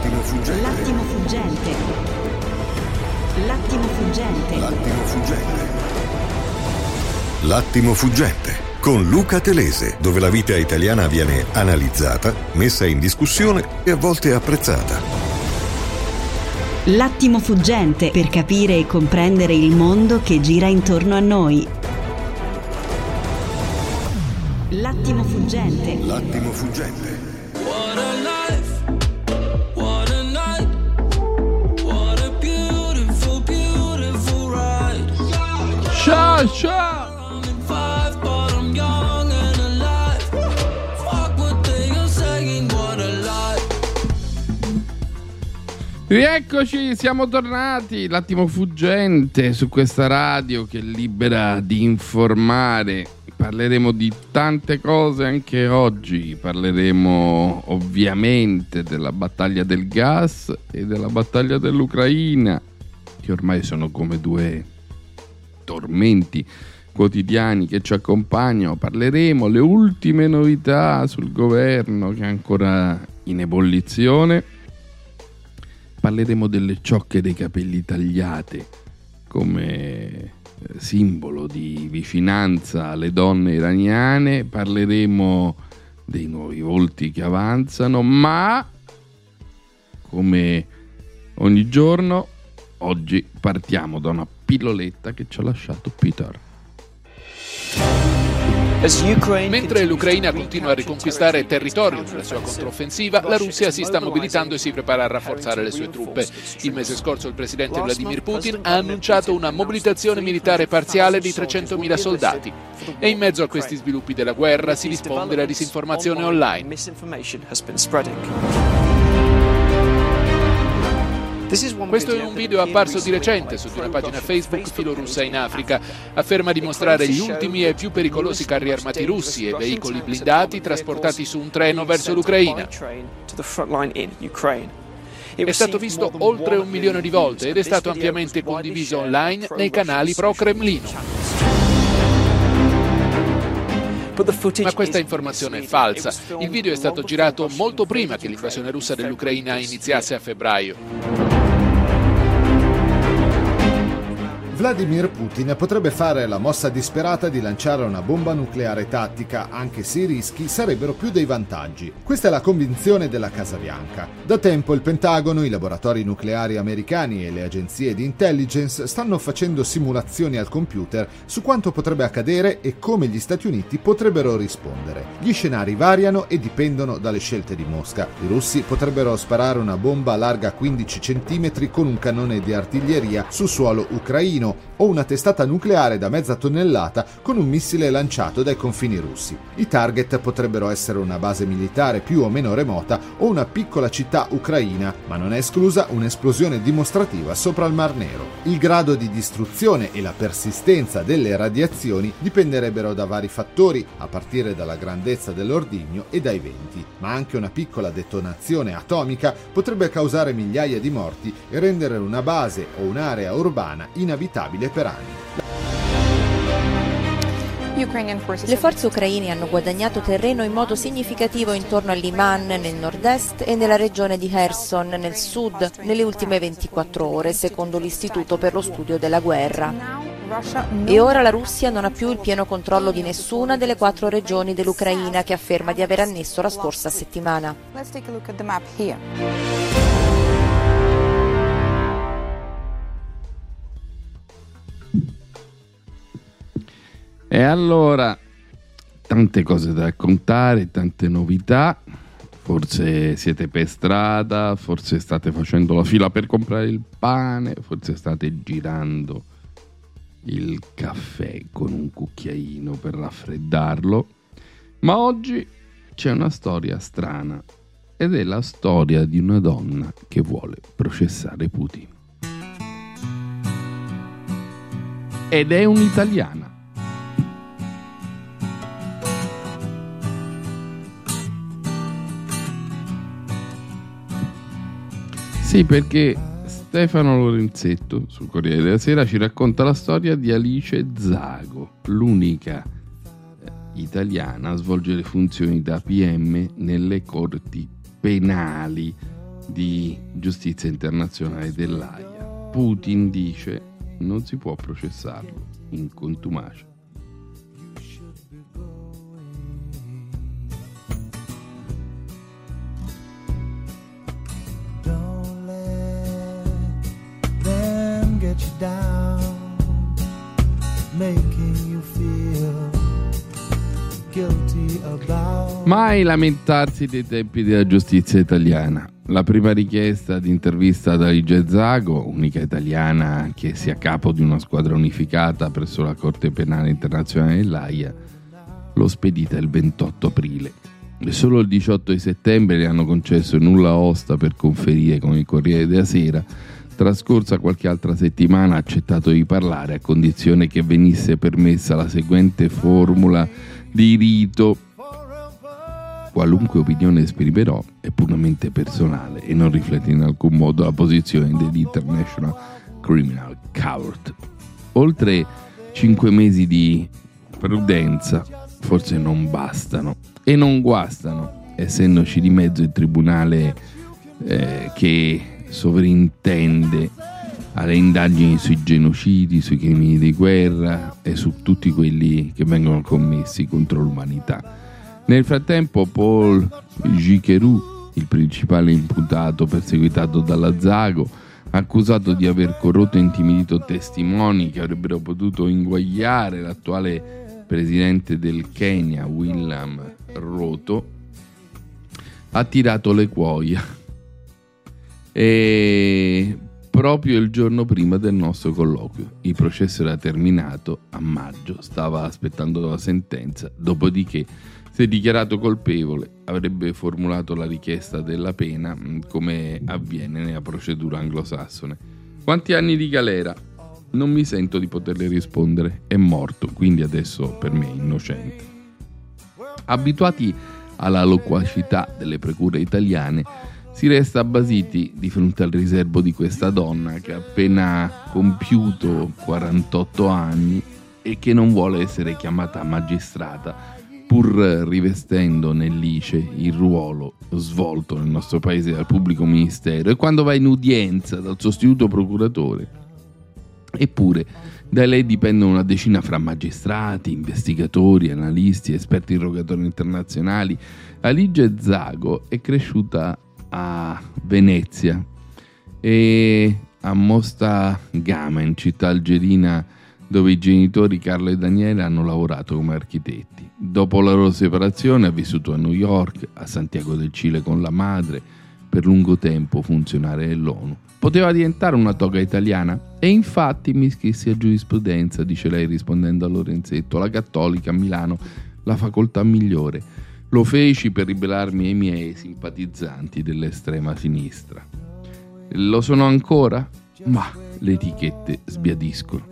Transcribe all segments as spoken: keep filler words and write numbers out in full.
L'attimo fuggente. L'attimo fuggente. L'attimo fuggente. L'attimo fuggente. L'attimo fuggente con Luca Telese, dove la vita italiana viene analizzata, messa in discussione e a volte apprezzata. L'attimo fuggente per capire e comprendere il mondo che gira intorno a noi. L'attimo fuggente. L'attimo fuggente. What a life, what a night, what a beautiful, beautiful ride. Sha sha. I'm in five, but I'm young and alive. Fuck what they are saying, what a life. Rieccoci, siamo tornati. L'attimo fuggente su questa radio che è libera di informare. Parleremo di tante cose anche oggi, parleremo ovviamente della battaglia del gas e della battaglia dell'Ucraina, che ormai sono come due tormenti quotidiani che ci accompagnano. Parleremo le ultime novità sul governo che è ancora in ebollizione, parleremo delle ciocche dei capelli tagliate come simbolo di vicinanza alle donne iraniane, parleremo dei nuovi volti che avanzano, ma come ogni giorno oggi partiamo da una pilloletta che ci ha lasciato Peter. Mentre l'Ucraina continua a riconquistare territorio nella sua controffensiva, la Russia si sta mobilitando e si prepara a rafforzare le sue truppe. Il mese scorso il presidente Vladimir Putin ha annunciato una mobilitazione militare parziale di trecentomila soldati. E in mezzo a questi sviluppi della guerra si risponde alla disinformazione online. Questo è un video apparso di recente su una pagina Facebook filorussa in Africa. Afferma di mostrare gli ultimi e più pericolosi carri armati russi e veicoli blindati trasportati su un treno verso l'Ucraina. È stato visto oltre un milione di volte ed è stato ampiamente condiviso online nei canali pro-Cremlino. Ma questa informazione è falsa. Il video è stato girato molto prima che l'invasione russa dell'Ucraina iniziasse a febbraio. Vladimir Putin potrebbe fare la mossa disperata di lanciare una bomba nucleare tattica, anche se i rischi sarebbero più dei vantaggi. Questa è la convinzione della Casa Bianca. Da tempo il Pentagono, i laboratori nucleari americani e le agenzie di intelligence stanno facendo simulazioni al computer su quanto potrebbe accadere e come gli Stati Uniti potrebbero rispondere. Gli scenari variano e dipendono dalle scelte di Mosca. I russi potrebbero sparare una bomba larga quindici centimetri con un cannone di artiglieria su suolo ucraino, o una testata nucleare da mezza tonnellata con un missile lanciato dai confini russi. I target potrebbero essere una base militare più o meno remota o una piccola città ucraina, ma non è esclusa un'esplosione dimostrativa sopra il Mar Nero. Il grado di distruzione e la persistenza delle radiazioni dipenderebbero da vari fattori, a partire dalla grandezza dell'ordigno e dai venti, ma anche una piccola detonazione atomica potrebbe causare migliaia di morti e rendere una base o un'area urbana inabitabile per anni. Le forze ucraine hanno guadagnato terreno in modo significativo intorno a Liman nel nord-est e nella regione di Kherson nel sud nelle ultime ventiquattro ore, secondo l'Istituto per lo studio della guerra. E ora la Russia non ha più il pieno controllo di nessuna delle quattro regioni dell'Ucraina che afferma di aver annesso la scorsa settimana. E allora, tante cose da raccontare, tante novità, forse siete per strada, forse state facendo la fila per comprare il pane, forse state girando il caffè con un cucchiaino per raffreddarlo, ma oggi c'è una storia strana ed è la storia di una donna che vuole processare Putin. Ed è un'italiana. Sì, perché Stefano Lorenzetto sul Corriere della Sera ci racconta la storia di Alice Zago, l'unica italiana a svolgere funzioni da P M nelle corti penali di giustizia internazionale dell'Aia. Putin dice non si può processarlo in contumacia. Don't let them get you down, making you feel guilty about. Mai lamentarsi dei tempi della giustizia italiana. La prima richiesta di intervista ad Alige Zago, unica italiana che sia capo di una squadra unificata presso la Corte Penale Internazionale dell'Aia, l'ho spedita il ventotto aprile. E solo il diciotto di settembre le hanno concesso nulla osta per conferire con il Corriere della Sera. Trascorsa qualche altra settimana ha accettato di parlare a condizione che venisse permessa la seguente formula di rito: qualunque opinione esprimerò è puramente personale e non riflette in alcun modo la posizione dell'International Criminal Court. Oltre cinque mesi di prudenza forse non bastano e non guastano, essendoci di mezzo il tribunale eh, che sovrintende alle indagini sui genocidi, sui crimini di guerra e su tutti quelli che vengono commessi contro l'umanità. Nel frattempo Paul Gicheru, il principale imputato perseguitato dalla Zago, accusato di aver corrotto e intimidito testimoni che avrebbero potuto inguagliare l'attuale presidente del Kenya, William Ruto, ha tirato le cuoia. E proprio il giorno prima del nostro colloquio il processo era terminato a maggio, stava aspettando la sentenza, dopodiché, se dichiarato colpevole, avrebbe formulato la richiesta della pena come avviene nella procedura anglosassone. Quanti anni di galera? Non mi sento di poterle rispondere, è morto, quindi adesso per me è innocente. Abituati alla loquacità delle procure italiane, si resta basiti di fronte al riservo di questa donna che ha appena compiuto quarantotto anni e che non vuole essere chiamata magistrata, pur rivestendo nell'I C E il ruolo svolto nel nostro paese dal pubblico ministero, e quando va in udienza dal sostituto procuratore. Eppure da lei dipendono una decina fra magistrati, investigatori, analisti, esperti in rogatorie internazionali. Alige Zago è cresciuta a Venezia e a Mostaganem, città algerina dove i genitori Carlo e Daniele hanno lavorato come architetti. Dopo la loro separazione ha vissuto a New York, a Santiago del Cile con la madre, per lungo tempo funzionaria dell'ONU. Poteva diventare una toga italiana? E infatti mi iscrissi a giurisprudenza, dice lei rispondendo a Lorenzetto, alla Cattolica a Milano, la facoltà migliore. Lo feci per ribellarmi ai miei simpatizzanti dell'estrema sinistra. Lo sono ancora? Ma le etichette sbiadiscono.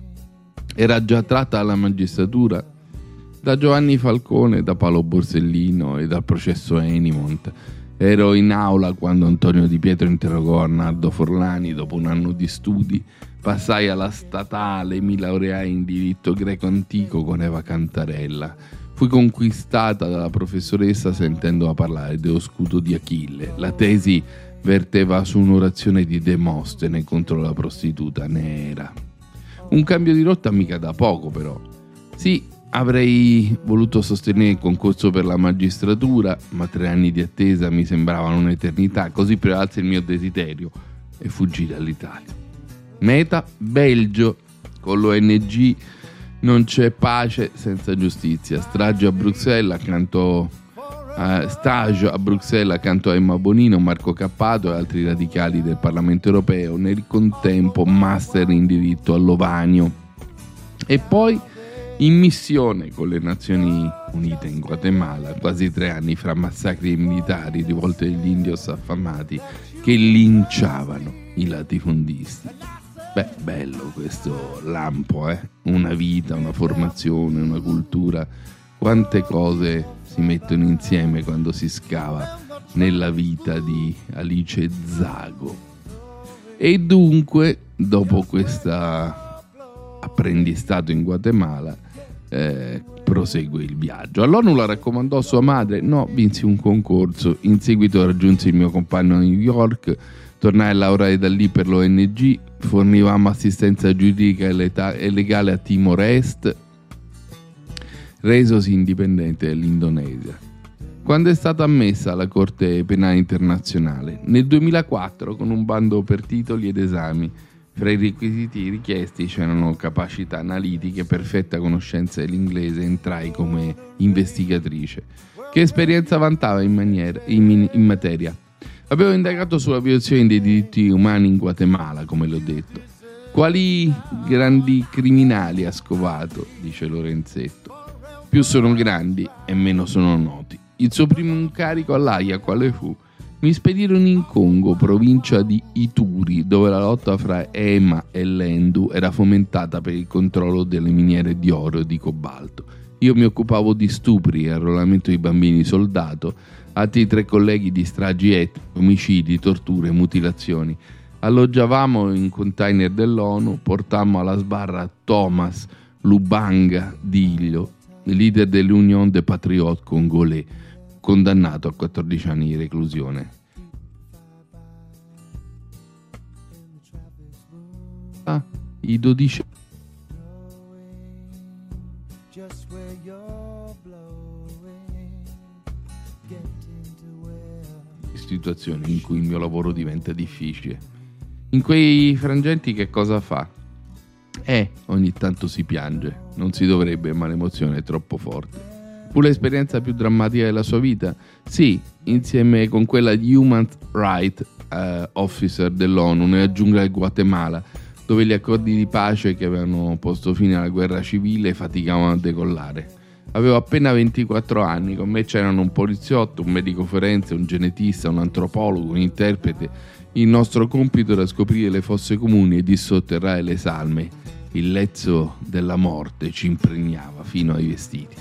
Era già tratta alla magistratura da Giovanni Falcone, da Paolo Borsellino e dal processo Enimont. Ero in aula quando Antonio Di Pietro interrogò Arnaldo Forlani. Dopo un anno di studi passai alla statale, mi laureai in diritto greco antico con Eva Cantarella. Fui conquistata dalla professoressa sentendola parlare dello scudo di Achille. La tesi verteva su un'orazione di Demostene contro la prostituta nera. Un cambio di rotta mica da poco, però. Sì, avrei voluto sostenere il concorso per la magistratura, ma tre anni di attesa mi sembravano un'eternità, così prevalse il mio desiderio e fuggì dall'Italia. Meta, Belgio. Con l'O N G non c'è pace senza giustizia. Strage a Bruxelles accanto a, stage a Bruxelles accanto a Emma Bonino, Marco Cappato e altri radicali del Parlamento europeo. Nel contempo master in diritto a Lovanio. E poi in missione con le Nazioni Unite in Guatemala, quasi tre anni fra massacri militari, rivolte degli indios affamati che linciavano i latifondisti. Beh, bello questo lampo, eh? Una vita, una formazione, una cultura. Quante cose si mettono insieme quando si scava nella vita di Alige Zago. E dunque, dopo questo apprendistato in Guatemala, eh, prosegue il viaggio. All'ONU la raccomandò sua madre? No, vinsi un concorso. In seguito raggiunsi il mio compagno a New York, tornai a lavorare da lì per l'O N G, fornivamo assistenza giuridica e legale a Timor Est, resosi indipendente dall'Indonesia. Quando è stata ammessa alla Corte Penale Internazionale? Nel duemilaquattro, con un bando per titoli ed esami. Fra i requisiti richiesti c'erano capacità analitiche, perfetta conoscenza dell'inglese, entrai come investigatrice. Che esperienza vantava in, maniera, in, in materia? Avevo indagato sulla violazione dei diritti umani in Guatemala, come l'ho detto. Quali grandi criminali ha scovato? Dice Lorenzetto. Più sono grandi e meno sono noti. Il suo primo incarico all'Aia quale fu? Mi spedirono in Congo, provincia di Ituri, dove la lotta fra E M A e Lendu era fomentata per il controllo delle miniere di oro e di cobalto. Io mi occupavo di stupri, arruolamento di bambini soldato, altri tre colleghi di stragi etniche, omicidi, torture, mutilazioni. Alloggiavamo in container dell'ONU, portammo alla sbarra Thomas Lubanga Diglio, leader dell'Union des Patriotes Congolais, condannato a quattordici anni di reclusione. Ah, i dodici situazioni in cui il mio lavoro diventa difficile. In quei frangenti che cosa fa? Eh, ogni tanto si piange, non si dovrebbe, ma l'emozione è troppo forte. Fu l'esperienza più drammatica della sua vita? Sì, insieme con quella di Human Rights uh, Officer dell'ONU nella giungla del Guatemala, dove gli accordi di pace che avevano posto fine alla guerra civile faticavano a decollare. Avevo appena ventiquattro anni, con me c'erano un poliziotto, un medico forense, un genetista, un antropologo, un interprete. Il nostro compito era scoprire le fosse comuni e dissotterrare le salme. Il lezzo della morte ci impregnava fino ai vestiti.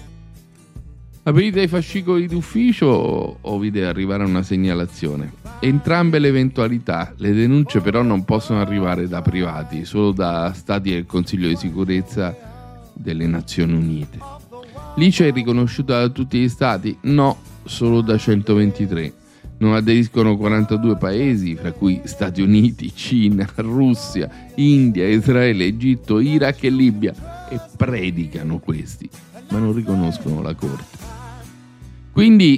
Aprite i fascicoli d'ufficio o vide arrivare una segnalazione? Entrambe le eventualità. Le denunce però non possono arrivare da privati, solo da stati del Consiglio di sicurezza delle Nazioni Unite. L'I C E è riconosciuta da tutti gli stati? No, solo da centoventitré. Non aderiscono quarantadue paesi, fra cui Stati Uniti, Cina, Russia, India, Israele, Egitto, Iraq e Libia, e predicano questi, ma non riconoscono la Corte. Quindi,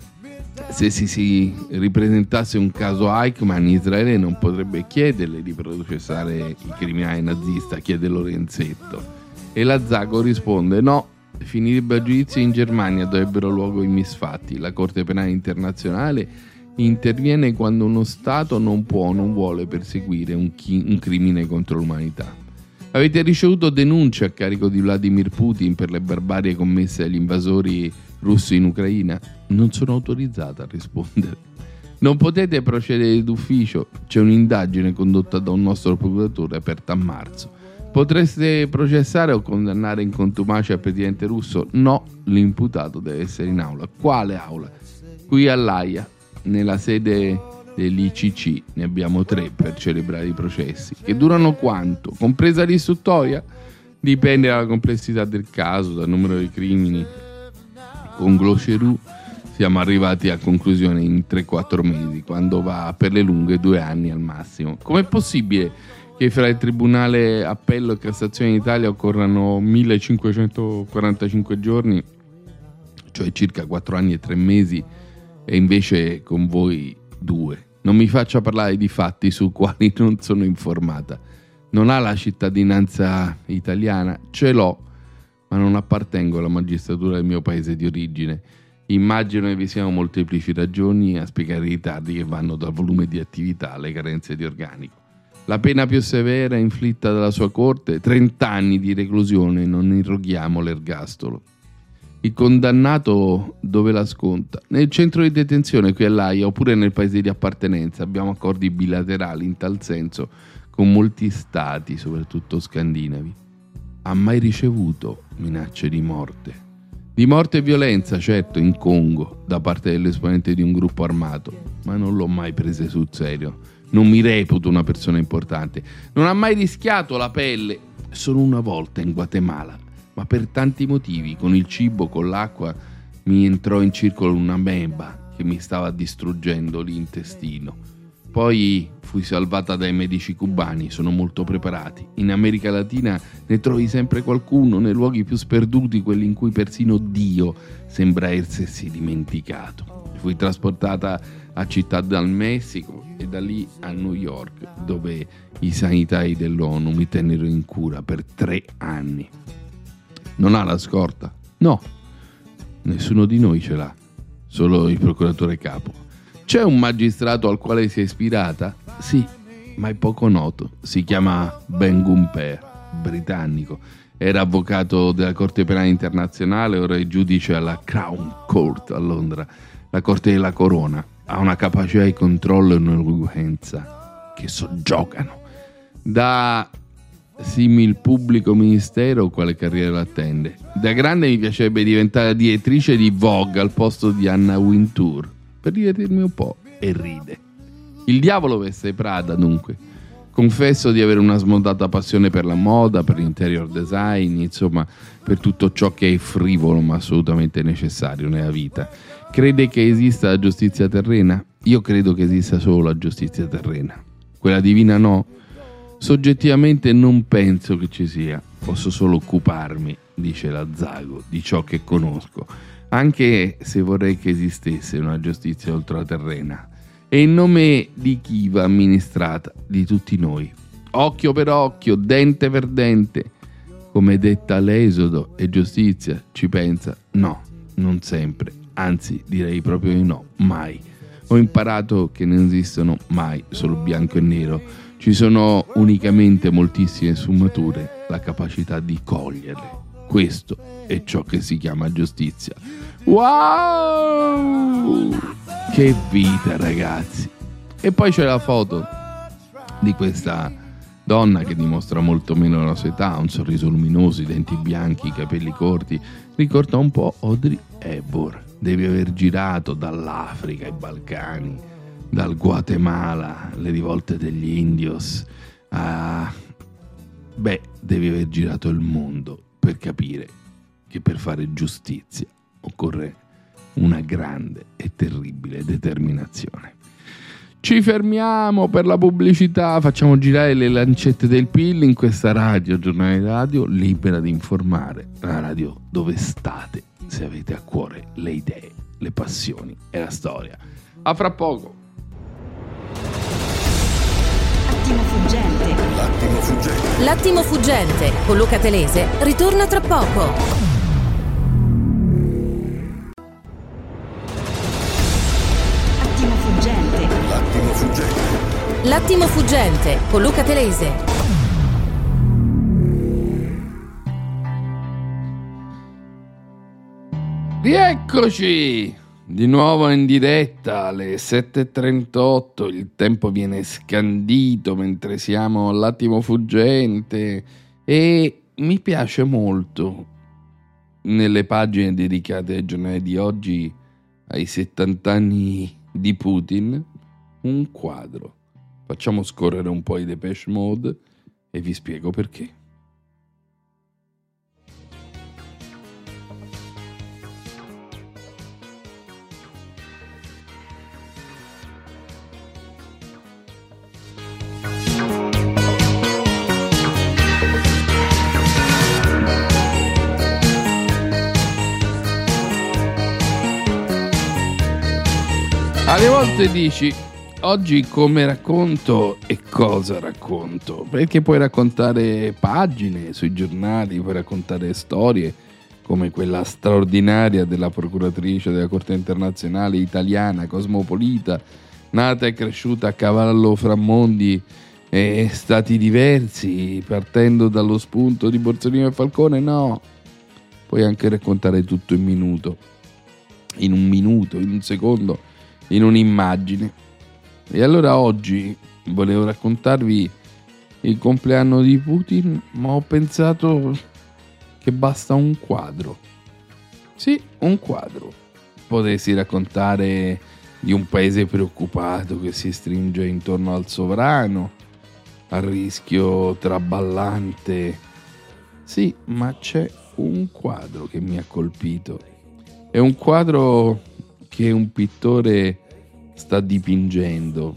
se si, si ripresentasse un caso Eichmann, Israele non potrebbe chiederle di processare i criminali nazisti, chiede Lorenzetto. E la Zago risponde no, finirebbe a giudizio in Germania, dovrebbero luogo i misfatti. La Corte Penale Internazionale interviene quando uno Stato non può o non vuole perseguire un, chi- un crimine contro l'umanità. Avete ricevuto denunce a carico di Vladimir Putin per le barbarie commesse dagli invasori russi in Ucraina? Non sono autorizzata a rispondere. Non potete procedere d'ufficio? C'è un'indagine condotta da un nostro procuratore aperta a marzo. Potreste processare o condannare in contumacia il presidente russo? No, l'imputato deve essere in aula. Quale aula? Qui all'Aia, nella sede dell'I C C, ne abbiamo tre per celebrare i processi. Che durano quanto? Compresa l'istruttoria? Dipende dalla complessità del caso, dal numero di crimini. Con Glocheroux siamo arrivati a conclusione in tre quattro mesi, quando va per le lunghe due anni al massimo. Com'è possibile che fra il Tribunale Appello e Cassazione in Italia occorrano millecinquecentoquarantacinque giorni, cioè circa quattro anni e tre mesi, e invece con voi due? Non mi faccia parlare di fatti su quali non sono informata. Non ha la cittadinanza italiana? Ce l'ho, ma non appartengo alla magistratura del mio paese di origine. Immagino che vi siano molteplici ragioni a spiegare i ritardi che vanno dal volume di attività alle carenze di organico. La pena più severa inflitta dalla sua corte? trenta anni di reclusione, non irroghiamo l'ergastolo. Il condannato dove la sconta? Nel centro di detenzione qui all'Aia oppure nel paese di appartenenza. Abbiamo accordi bilaterali in tal senso con molti stati, soprattutto scandinavi. Ha mai ricevuto minacce di morte? Di morte e violenza, certo, in Congo, da parte dell'esponente di un gruppo armato, ma non l'ho mai prese sul serio. Non mi reputo una persona importante. Non ha mai rischiato la pelle, solo una volta in Guatemala, ma per tanti motivi. Con il cibo, con l'acqua, mi entrò in circolo una meba che mi stava distruggendo l'intestino. Poi fui salvata dai medici cubani, sono molto preparati. In America Latina ne trovi sempre qualcuno, nei luoghi più sperduti, quelli in cui persino Dio sembra essersi dimenticato. Fui trasportata a Città del Messico e da lì a New York, dove i sanitari dell'ONU mi tennero in cura per tre anni. Non ha la scorta? No, nessuno di noi ce l'ha, solo il procuratore capo. C'è un magistrato al quale si è ispirata? Sì, ma è poco noto. Si chiama Ben Gumper, britannico. Era avvocato della Corte Penale Internazionale, ora è giudice alla Crown Court a Londra, la Corte della Corona. Ha una capacità di controllo e un'eloquenza che soggiogano. Da simil pubblico ministero, quale carriera l'attende? Da grande mi piacerebbe diventare direttrice di Vogue al posto di Anna Wintour, per divertirmi un po', e ride. Il diavolo veste Prada, dunque. Confesso di avere una smodata passione per la moda, per l'interior design, insomma, per tutto ciò che è frivolo ma assolutamente necessario nella vita. Crede che esista la giustizia terrena? Io credo che esista solo la giustizia terrena. Quella divina no? Soggettivamente non penso che ci sia. Posso solo occuparmi, dice la Zago, di ciò che conosco, anche se vorrei che esistesse una giustizia ultraterrena. E in nome di chi va amministrata? Di tutti noi. Occhio per occhio, dente per dente. Come detta l'Esodo, e giustizia ci pensa? No, non sempre. Anzi, direi proprio di no, mai. Ho imparato che non esistono mai solo bianco e nero. Ci sono unicamente moltissime sfumature, la capacità di coglierle. Questo è ciò che si chiama giustizia. Wow! Che vita, ragazzi! E poi c'è la foto di questa donna che dimostra molto meno la sua età, un sorriso luminoso, i denti bianchi, i capelli corti. Ricorda un po' Audrey Hepburn. Devi aver girato dall'Africa ai Balcani, dal Guatemala, le rivolte degli indios, a... beh, devi aver girato il mondo per capire che per fare giustizia occorre una grande e terribile determinazione. Ci fermiamo per la pubblicità, facciamo girare le lancette del P I L in questa radio, giornale radio libera di informare, la radio dove state se avete a cuore le idee, le passioni e la storia. A fra poco. L'attimo fuggente. L'attimo fuggente. L'attimo fuggente con Luca Telese ritorna tra poco. Attimo fuggente. L'attimo fuggente. L'attimo fuggente con Luca Telese. Rieccoci di nuovo in diretta alle sette e trentotto. Il tempo viene scandito mentre siamo all'attimo fuggente e mi piace molto nelle pagine dedicate ai giornali di oggi ai settanta anni di Putin un quadro. Facciamo scorrere un po' i Depeche Mode e vi spiego perché. Alle volte dici, oggi come racconto e cosa racconto? Perché puoi raccontare pagine sui giornali, puoi raccontare storie come quella straordinaria della procuratrice della Corte Internazionale italiana, cosmopolita, nata e cresciuta a cavallo fra mondi e stati diversi, partendo dallo spunto di Borsellino e Falcone. No, puoi anche raccontare tutto in minuto, in un minuto, in un secondo, in un'immagine. E allora oggi volevo raccontarvi il compleanno di Putin, ma ho pensato che basta un quadro. Sì, un quadro. Potresti raccontare di un paese preoccupato che si stringe intorno al sovrano, al rischio traballante. Sì, ma c'è un quadro che mi ha colpito. È un quadro che un pittore sta dipingendo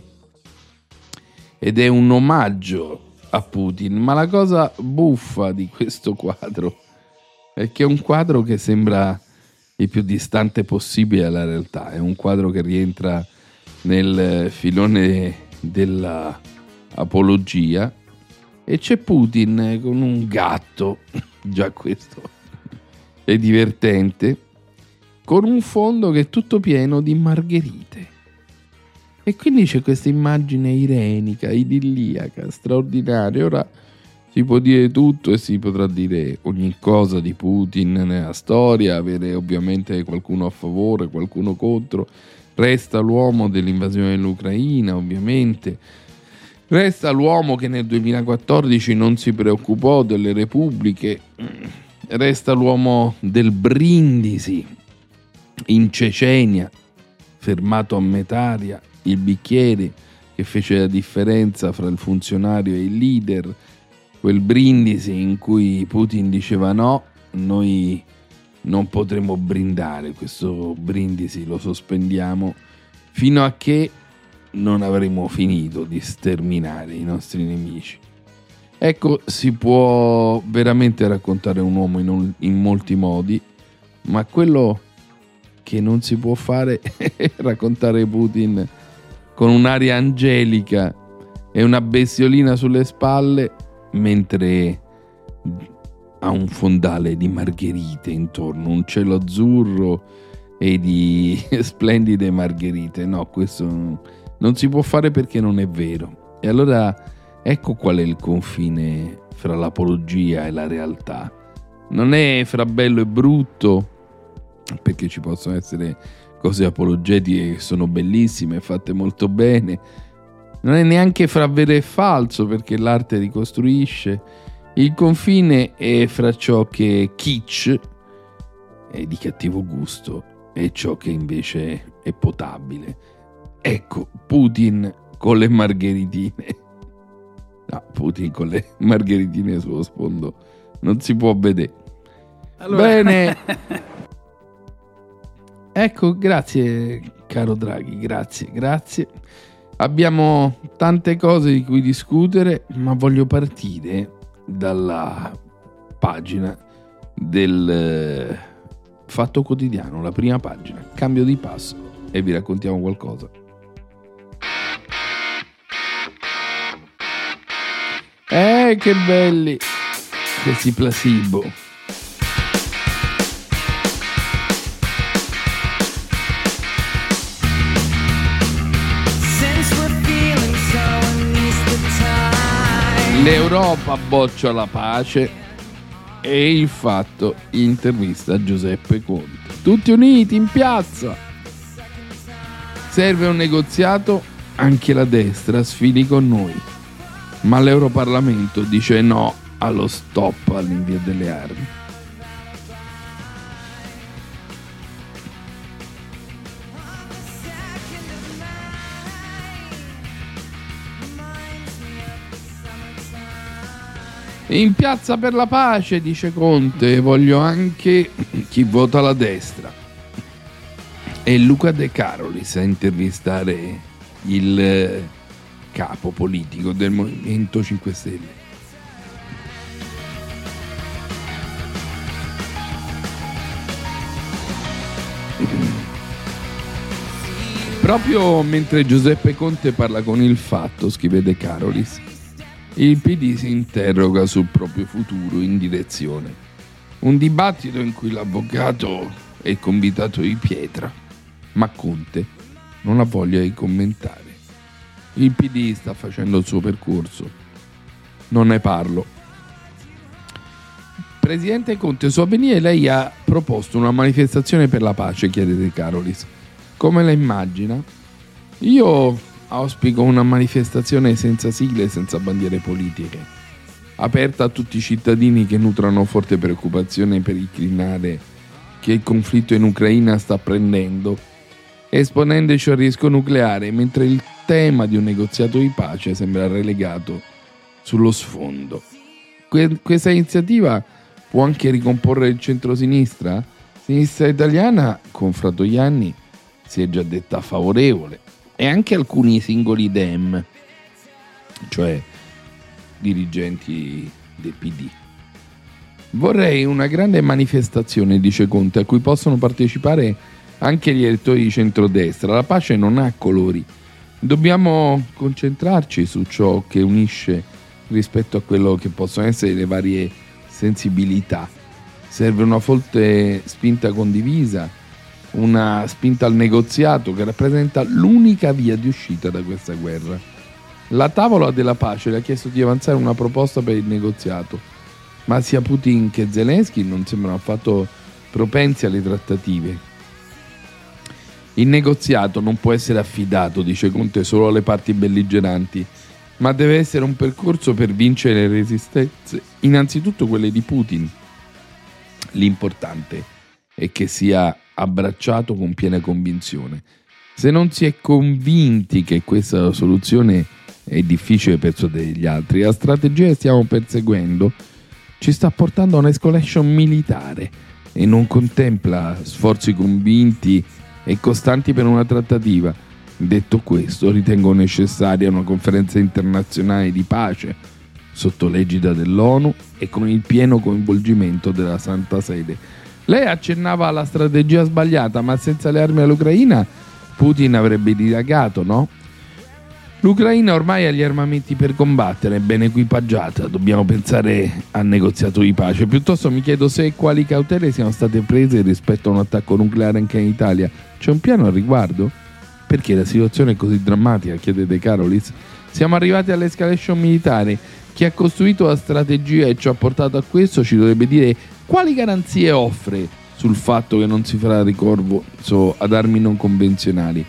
ed è un omaggio a Putin, ma la cosa buffa di questo quadro è che è un quadro che sembra il più distante possibile dalla realtà. È un quadro che rientra nel filone della apologia e c'è Putin con un gatto, già questo è divertente, con un fondo che è tutto pieno di margherite. E quindi c'è questa immagine irenica, idilliaca, straordinaria. Ora si può dire tutto e si potrà dire ogni cosa di Putin nella storia, avere ovviamente qualcuno a favore, qualcuno contro. Resta l'uomo dell'invasione dell'Ucraina, ovviamente. Resta l'uomo che nel duemilaquattordici non si preoccupò delle repubbliche. Resta l'uomo del Brindisi in Cecenia, fermato a metà, il bicchiere che fece la differenza fra il funzionario e il leader, quel Brindisi in cui Putin diceva no, noi non potremo brindare, questo Brindisi lo sospendiamo fino a che non avremo finito di sterminare i nostri nemici. Ecco, si può veramente raccontare un uomo in, in molti modi, ma quello che non si può fare è raccontare Putin con un'aria angelica e una bestiolina sulle spalle mentre ha un fondale di margherite intorno, un cielo azzurro e di splendide margherite. No, questo non si può fare perché non è vero. E allora ecco qual è il confine fra l'apologia e la realtà. Non è fra bello e brutto, perché ci possono essere cose apologetiche che sono bellissime, fatte molto bene. Non è neanche fra vero e falso, perché l'arte ricostruisce. Il confine è fra ciò che è kitsch e di cattivo gusto e ciò che invece è potabile. Ecco, Putin con le margheritine. No, Putin con le margheritine sullo sfondo non si può vedere. Allora... Bene. Ecco, grazie caro Draghi, grazie, grazie. Abbiamo tante cose di cui discutere, ma voglio partire dalla pagina del Fatto Quotidiano, la prima pagina, cambio di passo e vi raccontiamo qualcosa. Eh, che belli questi placebo. L'Europa boccia la pace e il Fatto intervista Giuseppe Conte. Tutti uniti in piazza. Serve un negoziato, anche la destra sfili con noi. Ma l'Europarlamento dice no allo stop all'invio delle armi. In piazza per la pace, dice Conte, voglio anche chi vota la destra. E Luca De Carolis a intervistare il capo politico del Movimento cinque Stelle. Proprio mentre Giuseppe Conte parla con il Fatto, scrive De Carolis, il P D si interroga sul proprio futuro in direzione. Un dibattito in cui l'avvocato è il convitato di pietra, ma Conte non ha voglia di commentare. Il P D sta facendo il suo percorso. Non ne parlo. Presidente Conte, su Avvenire lei ha proposto una manifestazione per la pace, chiede De Carolis. Come la immagina? Io auspico una manifestazione senza sigle e senza bandiere politiche, aperta a tutti i cittadini che nutrano forte preoccupazione per il crinale che il conflitto in Ucraina sta prendendo, esponendoci al rischio nucleare, mentre il tema di un negoziato di pace sembra relegato sullo sfondo. Que- questa iniziativa può anche ricomporre il centrosinistra? Sinistra italiana con Fratoianni si è già detta favorevole, e anche alcuni singoli Dem, cioè dirigenti del P D. Vorrei una grande manifestazione, dice Conte, a cui possono partecipare anche gli elettori di centrodestra. La pace non ha colori. Dobbiamo concentrarci su ciò che unisce rispetto a quello che possono essere le varie sensibilità. Serve una forte spinta condivisa, una spinta al negoziato che rappresenta l'unica via di uscita da questa guerra. La tavola della pace le ha chiesto di avanzare una proposta per il negoziato, ma sia Putin che Zelensky non sembrano affatto propensi alle trattative. Il negoziato non può essere affidato, dice Conte, solo alle parti belligeranti, ma deve essere un percorso per vincere le resistenze, innanzitutto quelle di Putin. L'importante è che sia abbracciato con piena convinzione. Se non si è convinti che questa soluzione è difficile persuadere gli altri, la strategia che stiamo perseguendo ci sta portando a un'escalation militare e non contempla sforzi convinti e costanti per una trattativa. Detto questo, ritengo necessaria una conferenza internazionale di pace sotto l'egida dell'ONU e con il pieno coinvolgimento della Santa Sede. Lei accennava alla strategia sbagliata, ma senza le armi all'Ucraina Putin avrebbe dilagato, no? L'Ucraina ormai ha gli armamenti per combattere, è ben equipaggiata, dobbiamo pensare al negoziato di pace. Piuttosto mi chiedo se e quali cautele siano state prese rispetto a un attacco nucleare anche in Italia. C'è un piano al riguardo? Perché la situazione è così drammatica, chiede De Carolis. Siamo arrivati all'escalation militare. Chi ha costruito la strategia e ci ha portato a questo ci dovrebbe dire quali garanzie offre sul fatto che non si farà ricorso ad armi non convenzionali.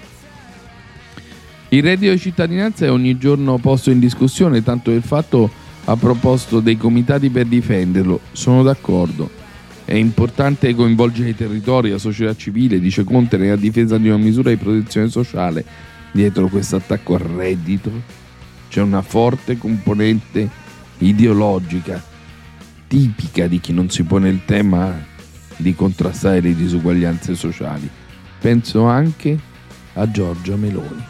Il reddito di cittadinanza è ogni giorno posto in discussione, tanto il fatto ha proposto dei comitati per difenderlo. Sono d'accordo. È importante coinvolgere i territori, la società civile, dice Conte, nella difesa di una misura di protezione sociale. Dietro questo attacco al reddito c'è una forte componente ideologica, tipica di chi non si pone il tema di contrastare le disuguaglianze sociali. Penso anche a Giorgia Meloni.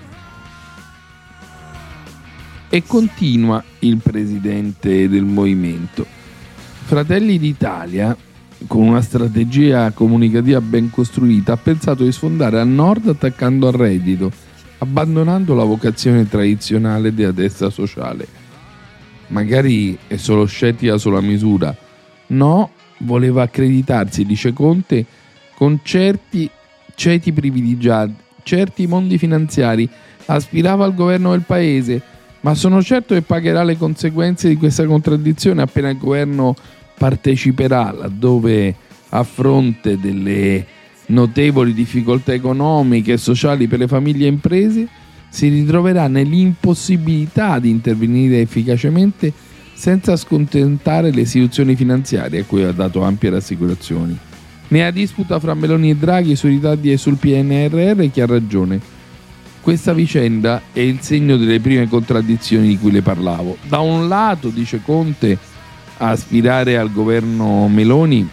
E continua il presidente del movimento. Fratelli d'Italia, con una strategia comunicativa ben costruita, ha pensato di sfondare al nord attaccando al reddito, abbandonando la vocazione tradizionale della destra sociale. Magari è solo scettica sulla misura. No, voleva accreditarsi, dice Conte, con certi ceti privilegiati, certi mondi finanziari, aspirava al governo del paese, ma sono certo che pagherà le conseguenze di questa contraddizione appena il governo parteciperà, laddove a fronte delle notevoli difficoltà economiche e sociali per le famiglie e imprese si ritroverà nell'impossibilità di intervenire efficacemente senza scontentare le istituzioni finanziarie a cui ha dato ampie rassicurazioni. Nella disputa fra Meloni e Draghi sui ritardi e sul P N R R chi ha ragione? Questa vicenda è il segno delle prime contraddizioni di cui le parlavo. Da un lato, dice Conte, a aspirare al governo Meloni,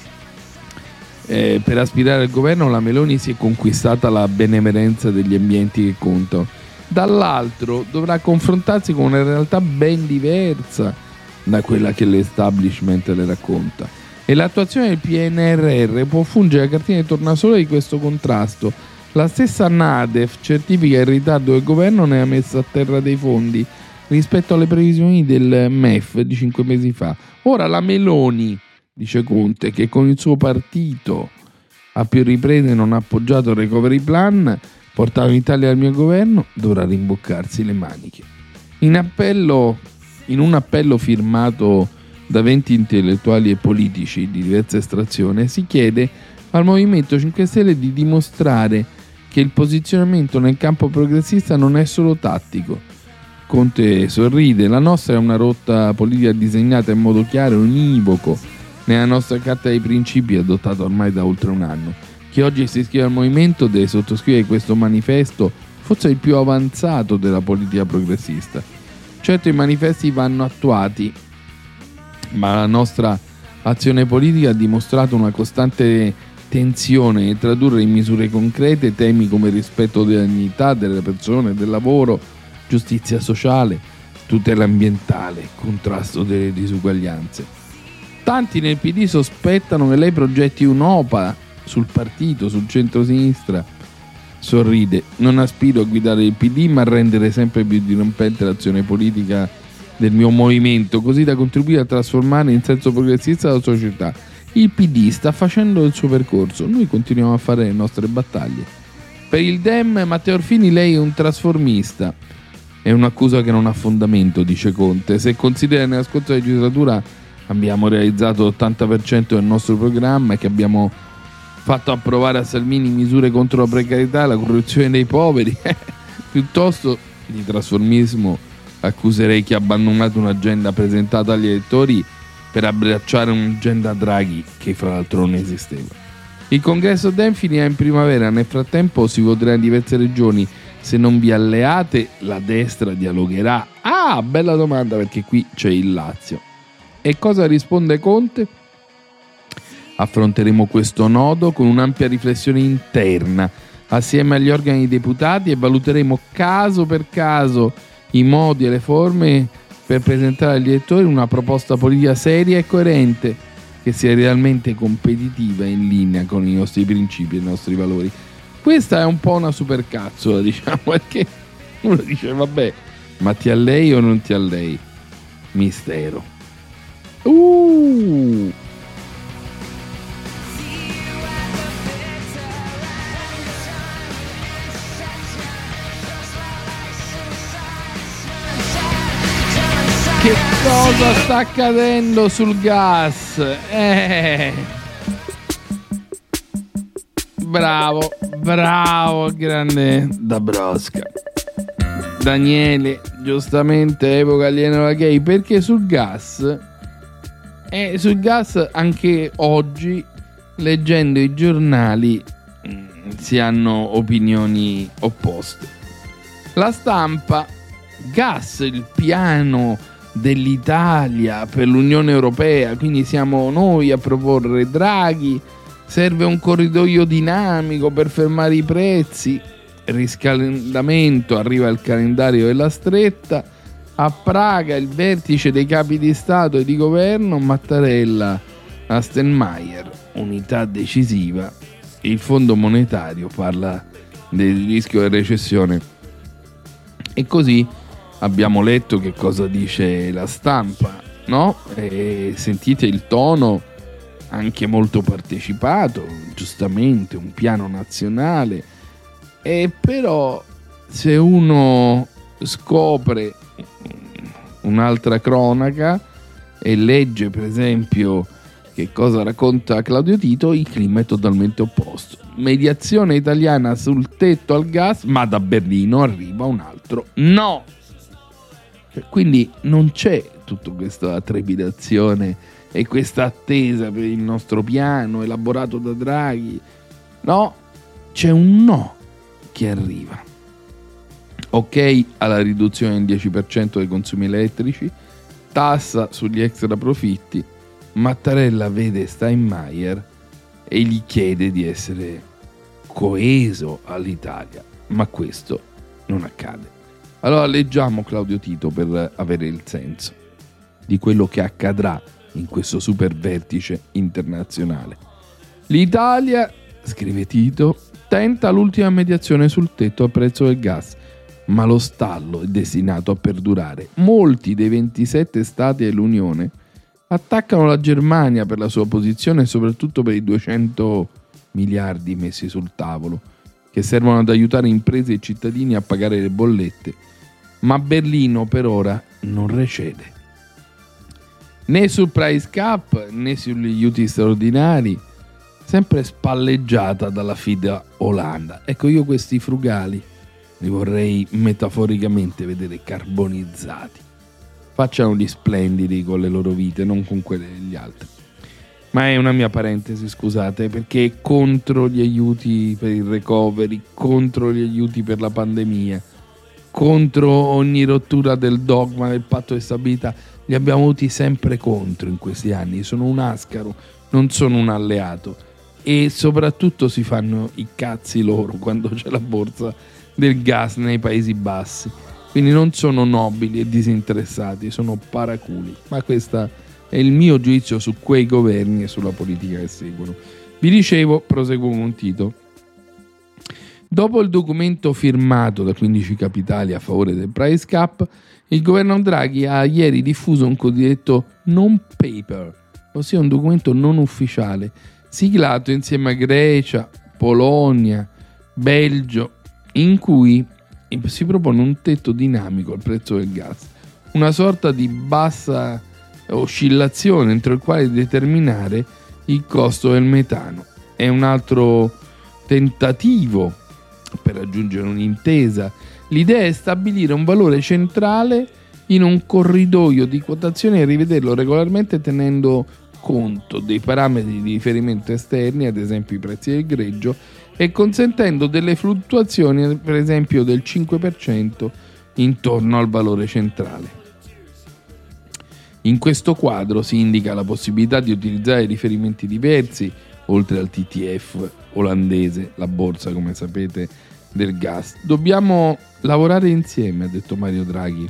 eh, per aspirare al governo la Meloni si è conquistata la benemerenza degli ambienti che contano. Dall'altro dovrà confrontarsi con una realtà ben diversa da quella che l'establishment le racconta. E l'attuazione del P N R R può fungere la cartina di tornasole di questo contrasto. La stessa NADEF certifica il ritardo del governo nella messa a terra dei fondi rispetto alle previsioni del M E F di cinque mesi fa. Ora la Meloni, dice Conte, che con il suo partito a più riprese non ha appoggiato il recovery plan, portato l'Italia al mio governo, dovrà rimboccarsi le maniche. In appello, in un appello firmato da venti intellettuali e politici di diversa estrazione, si chiede al Movimento cinque Stelle di dimostrare che il posizionamento nel campo progressista non è solo tattico. Conte sorride: la nostra è una rotta politica disegnata in modo chiaro e univoco nella nostra carta dei principi adottata ormai da oltre un anno. Chi oggi si iscrive al movimento deve sottoscrivere questo manifesto, forse il più avanzato della politica progressista. Certo, i manifesti vanno attuati, ma la nostra Azione Politica ha dimostrato una costante tensione nel tradurre in misure concrete temi come il rispetto della dignità delle persone, del lavoro, giustizia sociale, tutela ambientale, contrasto delle disuguaglianze. Tanti nel P D sospettano che lei progetti un'OPA sul partito, sul centro-sinistra. Sorride: non aspiro a guidare il P D, ma a rendere sempre più dirompente l'azione politica del mio movimento, così da contribuire a trasformare in senso progressista la società. Il P D sta facendo il suo percorso, noi continuiamo a fare le nostre battaglie. Per il Dem, Matteo Orfini, lei è un trasformista. È un'accusa che non ha fondamento, dice Conte. Se considera che nella scorsa legislatura abbiamo realizzato l'ottanta per cento del nostro programma e che abbiamo fatto approvare a Salvini misure contro la precarietà e la corruzione dei poveri, piuttosto di trasformismo accuserei chi ha abbandonato un'agenda presentata agli elettori per abbracciare un'agenda Draghi che fra l'altro non esisteva. Il congresso Dem finirà in primavera, nel frattempo si voterà in diverse regioni. Se non vi alleate, la destra dialogherà? Ah, bella domanda, perché qui c'è il Lazio. E cosa risponde Conte? Affronteremo questo nodo con un'ampia riflessione interna assieme agli organi deputati e valuteremo caso per caso i modi e le forme per presentare agli elettori una proposta politica seria e coerente che sia realmente competitiva e in linea con i nostri principi e i nostri valori. Questa è un po' una supercazzola, diciamo, perché uno dice vabbè, ma ti allei o non ti allei? Mistero. Uh! Che cosa sta accadendo sul gas? Eh. Bravo, bravo, grande Dabrowska. Daniele giustamente evoca Alieno Gay, perché sul gas, eh, sul gas anche oggi, leggendo i giornali, mh, si hanno opinioni opposte. La Stampa: gas, il piano dell'Italia per l'Unione Europea, quindi siamo noi a proporre. Draghi: serve un corridoio dinamico per fermare i prezzi. Riscaldamento: arriva il calendario della stretta. A Praga il vertice dei capi di Stato e di governo. Mattarella a Steinmeier: unità decisiva. Il Fondo Monetario parla del rischio di recessione. E così abbiamo letto che cosa dice la Stampa, no? E sentite il tono anche molto partecipato, giustamente un piano nazionale. E però se uno scopre un'altra cronaca e legge per esempio che cosa racconta Claudio Tito, il clima è totalmente opposto. Mediazione italiana sul tetto al gas, ma da Berlino arriva un altro no. Quindi non c'è tutta questa trepidazione e questa attesa per il nostro piano elaborato da Draghi. No, c'è un no che arriva. Ok alla riduzione del dieci per cento dei consumi elettrici, tassa sugli extra profitti. Mattarella vede Steinmeier e gli chiede di essere coeso all'Italia, ma questo non accade. Allora leggiamo Claudio Tito per avere il senso di quello che accadrà in questo super vertice internazionale. L'Italia, scrive Tito, tenta l'ultima mediazione sul tetto al prezzo del gas, ma lo stallo è destinato a perdurare. Molti dei ventisette stati dell'Unione attaccano la Germania per la sua posizione e soprattutto per i duecento miliardi messi sul tavolo, che servono ad aiutare imprese e cittadini a pagare le bollette. Ma Berlino per ora non recede. Né sul price cap né sugli aiuti straordinari, sempre spalleggiata dalla fida Olanda. Ecco, io questi frugali li vorrei metaforicamente vedere carbonizzati. Facciano gli splendidi con le loro vite, non con quelle degli altri. Ma è una mia parentesi, scusate, perché è contro gli aiuti per il recovery, contro gli aiuti per la pandemia, contro ogni rottura del dogma del patto di stabilità. Li abbiamo avuti sempre contro in questi anni. Sono un ascaro, non sono un alleato, e soprattutto si fanno i cazzi loro quando c'è la borsa del gas nei Paesi Bassi. Quindi non sono nobili e disinteressati, sono paraculi. Ma questo è il mio giudizio su quei governi e sulla politica che seguono. Vi dicevo, proseguo con Tito. Dopo il documento firmato da quindici capitali a favore del price cap, il governo Draghi ha ieri diffuso un cosiddetto non-paper, ossia un documento non ufficiale, siglato insieme a Grecia, Polonia, Belgio, in cui si propone un tetto dinamico al prezzo del gas, una sorta di bassa oscillazione entro il quale determinare il costo del metano. È un altro tentativo per raggiungere un'intesa. L'idea è stabilire un valore centrale in un corridoio di quotazione e rivederlo regolarmente tenendo conto dei parametri di riferimento esterni, ad esempio i prezzi del greggio, e consentendo delle fluttuazioni, per esempio del cinque per cento, intorno al valore centrale. In questo quadro si indica la possibilità di utilizzare riferimenti diversi, oltre al T T F olandese, la borsa, come sapete, del gas. Dobbiamo lavorare insieme, ha detto Mario Draghi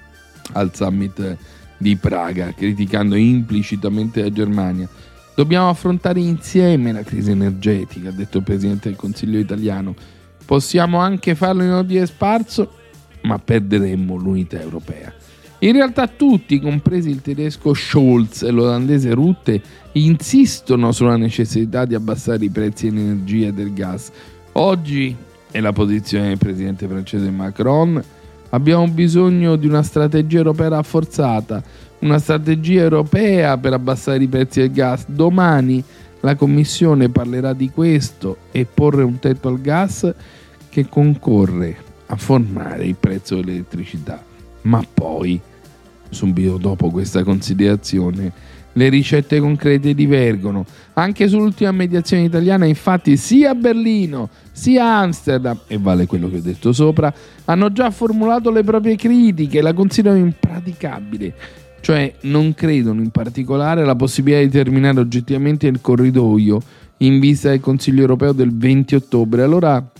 al summit di Praga, criticando implicitamente la Germania. Dobbiamo affrontare insieme la crisi energetica, ha detto il Presidente del Consiglio italiano. Possiamo anche farlo in ordine sparso, ma perderemmo l'unità europea. In realtà tutti, compresi il tedesco Scholz e l'olandese Rutte, insistono sulla necessità di abbassare i prezzi dell'energia e del gas. Oggi è la posizione del presidente francese Macron. Abbiamo bisogno di una strategia europea rafforzata, una strategia europea per abbassare i prezzi del gas. Domani la Commissione parlerà di questo e porre un tetto al gas che concorre a formare il prezzo dell'elettricità. Ma poi, subito dopo questa considerazione, le ricette concrete divergono. Anche sull'ultima mediazione italiana, infatti, sia Berlino sia Amsterdam, e vale quello che ho detto sopra, hanno già formulato le proprie critiche, la considerano impraticabile. Cioè non credono in particolare alla possibilità di terminare oggettivamente il corridoio in vista del Consiglio europeo del venti ottobre. Allora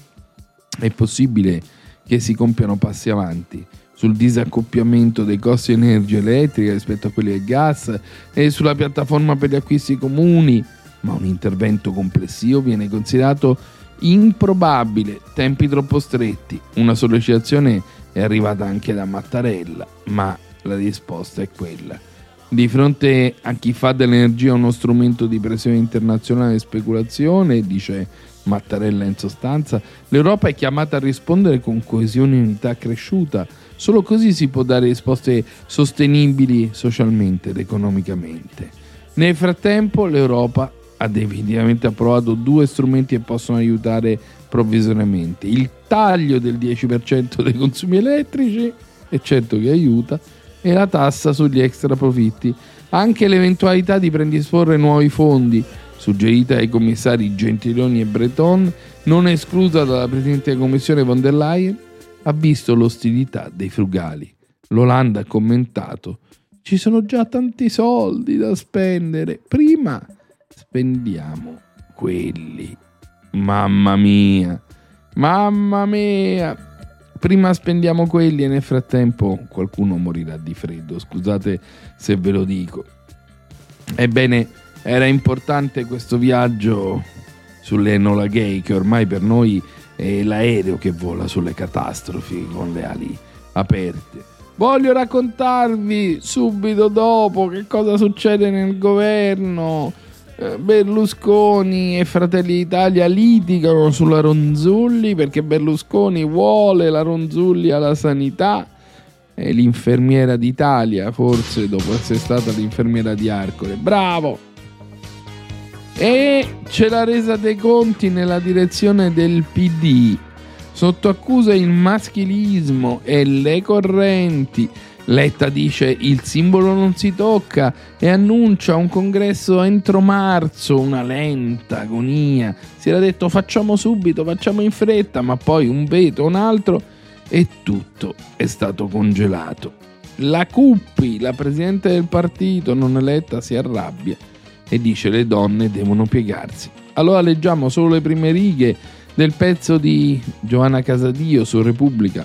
è possibile che si compiano passi avanti sul disaccoppiamento dei costi di energia elettrica rispetto a quelli del gas e sulla piattaforma per gli acquisti comuni, ma un intervento complessivo viene considerato improbabile, tempi troppo stretti. Una sollecitazione è arrivata anche da Mattarella, ma la risposta è quella. Di fronte a chi fa dell'energia uno strumento di pressione internazionale e speculazione, dice Mattarella in sostanza, l'Europa è chiamata a rispondere con coesione e unità cresciuta. Solo così si può dare risposte sostenibili socialmente ed economicamente. Nel frattempo l'Europa ha definitivamente approvato due strumenti che possono aiutare provvisoriamente: il taglio del dieci per cento dei consumi elettrici, e certo che aiuta, e la tassa sugli extra profitti. Anche l'eventualità di predisporre nuovi fondi, suggerita dai commissari Gentiloni e Breton, non esclusa dalla Presidente della Commissione von der Leyen, ha visto l'ostilità dei frugali. L'Olanda ha commentato: ci sono già tanti soldi da spendere, prima spendiamo quelli. Mamma mia, mamma mia, prima spendiamo quelli e nel frattempo qualcuno morirà di freddo, scusate se ve lo dico. Ebbene, era importante questo viaggio sull'Enola Gay, che ormai per noi è l'aereo che vola sulle catastrofi con le ali aperte. Voglio raccontarvi subito dopo che cosa succede nel governo. Berlusconi e Fratelli d'Italia litigano sulla Ronzulli perché Berlusconi vuole la Ronzulli alla sanità. È l'infermiera d'Italia, forse, dopo essere stata l'infermiera di Arcore. Bravo! E c'è la resa dei conti nella direzione del P D. Sotto accusa il maschilismo e le correnti. Letta dice il simbolo non si tocca e annuncia un congresso entro marzo, una lenta agonia. Si era detto facciamo subito, facciamo in fretta, ma poi un veto, un altro e tutto è stato congelato. La Cuppi, la presidente del partito non eletta, si arrabbia e dice le donne devono piegarsi. Allora leggiamo solo le prime righe del pezzo di Giovanna Casadio su Repubblica.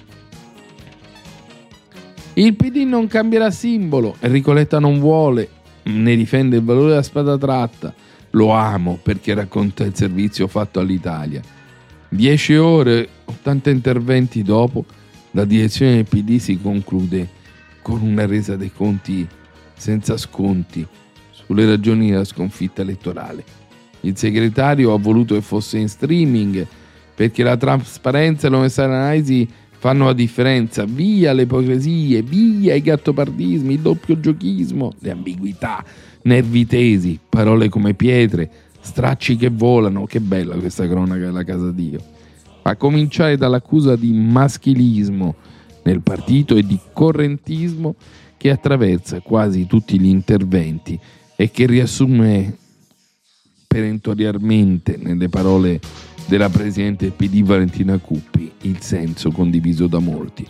Il P D non cambierà simbolo, Enrico Letta non vuole, ne difende il valore della spada tratta. Lo amo perché racconta il servizio fatto all'Italia. Dieci ore, ottanta interventi dopo, la direzione del P D si conclude con una resa dei conti senza sconti sulle ragioni della sconfitta elettorale. Il segretario ha voluto che fosse in streaming perché la trasparenza e l'onestà dell'analisi fanno la differenza. Via le ipocrisie, via i gattopardismi, il doppio giochismo, le ambiguità, nervi tesi, parole come pietre, stracci che volano. Che bella questa cronaca della Casadio. A cominciare dall'accusa di maschilismo nel partito e di correntismo che attraversa quasi tutti gli interventi e che riassume perentoriamente nelle parole della presidente del P D Valentina Cuppi il senso condiviso da molti.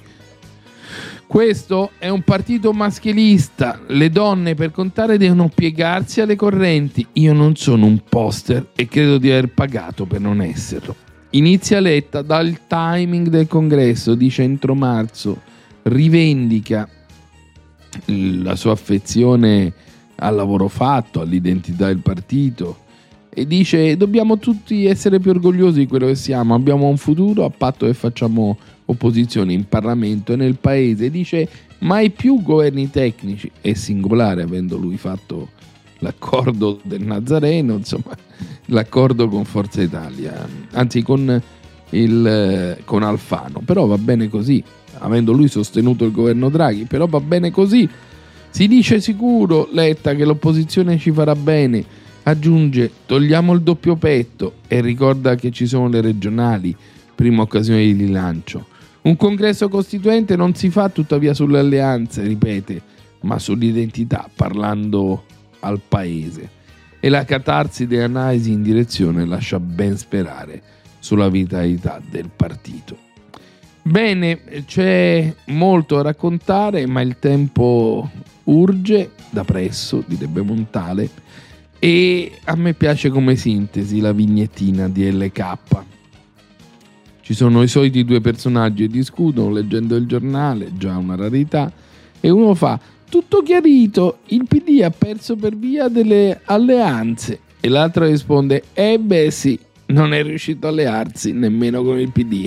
Questo è un partito maschilista, le donne per contare devono piegarsi alle correnti. Io non sono un poster e credo di aver pagato per non esserlo. Inizia Letta dal timing del congresso di centro marzo, rivendica la sua affezione al lavoro fatto, all'identità del partito e dice dobbiamo tutti essere più orgogliosi di quello che siamo, abbiamo un futuro a patto che facciamo opposizione in Parlamento e nel Paese. Dice mai più governi tecnici, è singolare avendo lui fatto l'accordo del Nazareno, insomma l'accordo con Forza Italia, anzi con, il, con Alfano, però va bene così, avendo lui sostenuto il governo Draghi, però va bene così. Si dice sicuro Letta che l'opposizione ci farà bene, aggiunge togliamo il doppio petto e ricorda che ci sono le regionali, prima occasione di rilancio. Un congresso costituente non si fa tuttavia sulle alleanze, ripete, ma sull'identità, parlando al paese. E la catarsi di analisi in direzione lascia ben sperare sulla vitalità del partito. Bene, c'è molto da raccontare, ma il tempo urge, da presso, direbbe Montale, e a me piace come sintesi la vignettina di L K. Ci sono i soliti due personaggi che discutono leggendo il giornale, già una rarità, e uno fa tutto chiarito, il P D ha perso per via delle alleanze, e l'altro risponde eh beh sì, non è riuscito a allearsi nemmeno con il P D.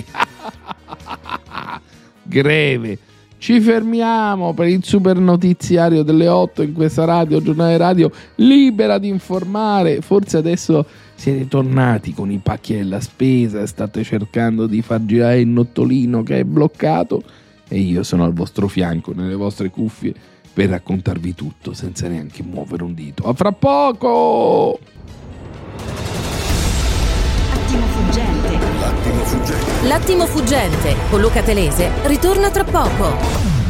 Greve. Ci fermiamo per il super notiziario delle otto in questa radio, giornale radio libera di informare. Forse adesso siete tornati con i pacchi della spesa e state cercando di far girare il nottolino che è bloccato, e io sono al vostro fianco nelle vostre cuffie per raccontarvi tutto senza neanche muovere un dito. A fra poco! Attimo fuggente. L'attimo fuggente. L'attimo fuggente con Luca Telese ritorna tra poco.